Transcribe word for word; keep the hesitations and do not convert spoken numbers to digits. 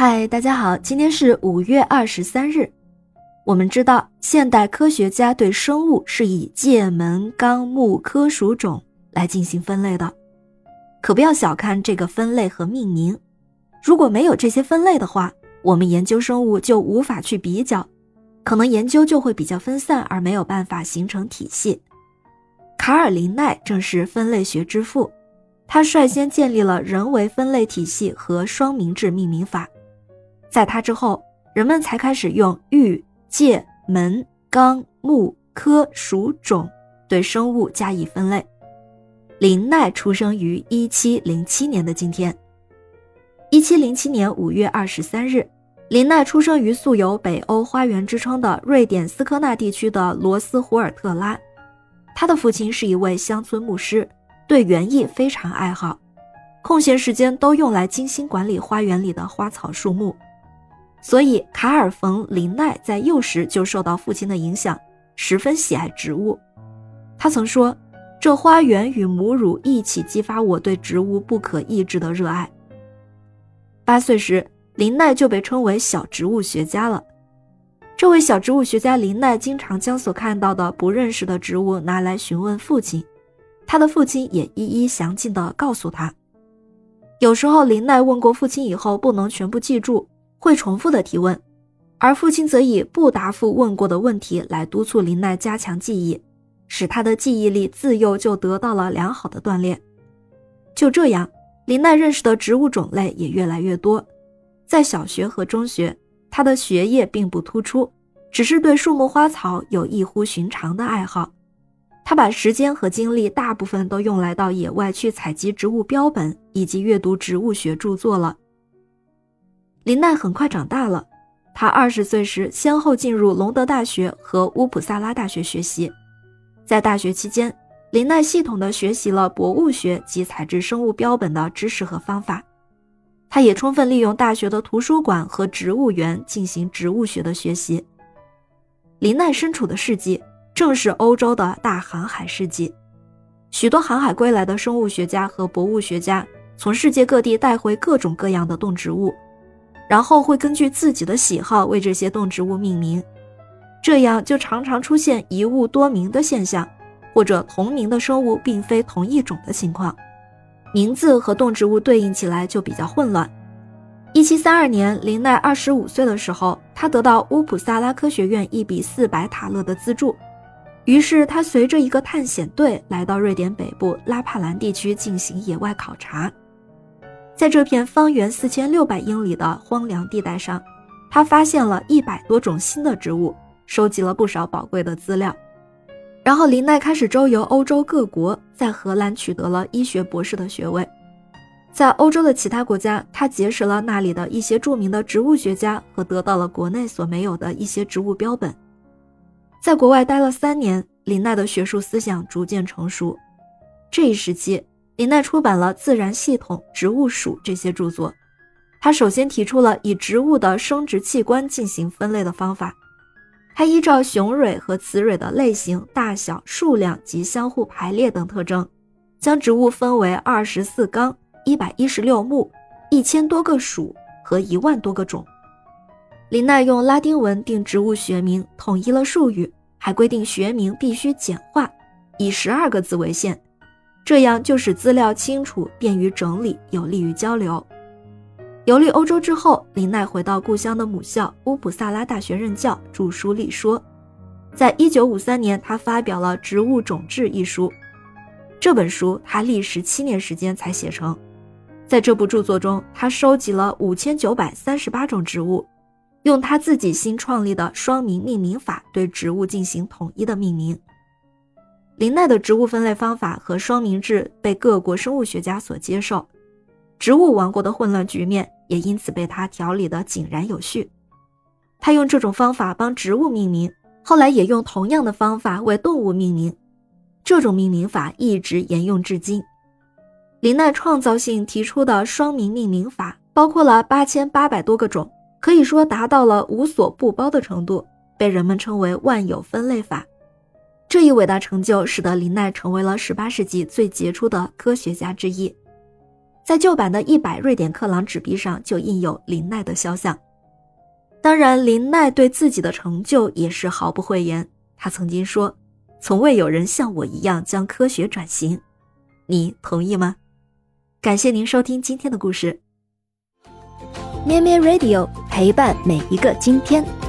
嗨，大家好，今天是五月二十三日。我们知道，现代科学家对生物是以界、门、纲、目、科、属、种来进行分类的。可不要小看这个分类和命名，如果没有这些分类的话，我们研究生物就无法去比较，可能研究就会比较分散，而没有办法形成体系。卡尔·林奈正是分类学之父，他率先建立了人为分类体系和双明制命名法。在他之后，人们才开始用域、界、门、纲、目、科、属、种对生物加以分类。林奈出生于一七零七年的今天。一七零七年五月二十三日，林奈出生于素有北欧花园之称的瑞典斯科纳地区的罗斯胡尔特拉。他的父亲是一位乡村牧师，对园艺非常爱好，空闲时间都用来精心管理花园里的花草树木。所以卡尔·冯·林奈在幼时就受到父亲的影响，十分喜爱植物。他曾说，这花园与母乳一起激发我对植物不可抑制的热爱。八岁时，林奈就被称为小植物学家了。这位小植物学家林奈经常将所看到的不认识的植物拿来询问父亲，他的父亲也一一详尽地告诉他。有时候林奈问过父亲以后不能全部记住，会重复的提问，而父亲则以不答复问过的问题来督促林奈加强记忆，使他的记忆力自幼就得到了良好的锻炼。就这样，林奈认识的植物种类也越来越多。在小学和中学，他的学业并不突出，只是对树木花草有异乎寻常的爱好。他把时间和精力大部分都用来到野外去采集植物标本以及阅读植物学著作了。林奈很快长大了，他二十岁时先后进入隆德大学和乌普萨拉大学学习。在大学期间，林奈系统地学习了博物学及采制生物标本的知识和方法。他也充分利用大学的图书馆和植物园进行植物学的学习。林奈身处的世纪正是欧洲的大航海世纪，许多航海归来的生物学家和博物学家从世界各地带回各种各样的动植物，然后会根据自己的喜好为这些动植物命名，这样就常常出现一物多名的现象，或者同名的生物并非同一种的情况，名字和动植物对应起来就比较混乱。一七三二年，林奈二十五岁的时候，他得到乌普萨拉科学院一笔四百塔勒的资助，于是他随着一个探险队来到瑞典北部拉帕兰地区进行野外考察。在这片方圆四千六百英里的荒凉地带上，他发现了一百多种新的植物，收集了不少宝贵的资料。然后林奈开始周游欧洲各国，在荷兰取得了医学博士的学位。在欧洲的其他国家，他结识了那里的一些著名的植物学家和得到了国内所没有的一些植物标本。在国外待了三年，林奈的学术思想逐渐成熟。这一时期，林奈出版了《自然系统》《植物属》这些著作。他首先提出了以植物的生殖器官进行分类的方法。他依照雄蕊和雌蕊的类型、大小、数量及相互排列等特征，将植物分为二十四纲、一百一十六目、一千多个属和一万多个种。林奈用拉丁文定植物学名，统一了术语，还规定学名必须简化，以十二个字为限，这样就使资料清楚，便于整理，有利于交流。游历欧洲之后，林奈回到故乡的母校乌普萨拉大学任教，著书立说。在一九五三年，他发表了《植物种志》一书。这本书他历时七年时间才写成。在这部著作中，他收集了五千九百三十八种植物，用他自己新创立的双名命名法对植物进行统一的命名。林奈的植物分类方法和双名制被各国生物学家所接受，植物王国的混乱局面也因此被他调理得井然有序。他用这种方法帮植物命名，后来也用同样的方法为动物命名，这种命名法一直沿用至今。林奈创造性提出的双名命名法包括了八千八百多个种，可以说达到了无所不包的程度，被人们称为万有分类法。这一伟大成就使得林奈成为了十八世纪最杰出的科学家之一。 在旧版的一百瑞典克朗纸币上就印有林奈的肖像。当然，林奈对自己的成就也是毫不讳言，他曾经说，从未有人像我一样将科学转型。你同意吗？感谢您收听今天的故事。 咩咩 Radio 陪伴每一个今天。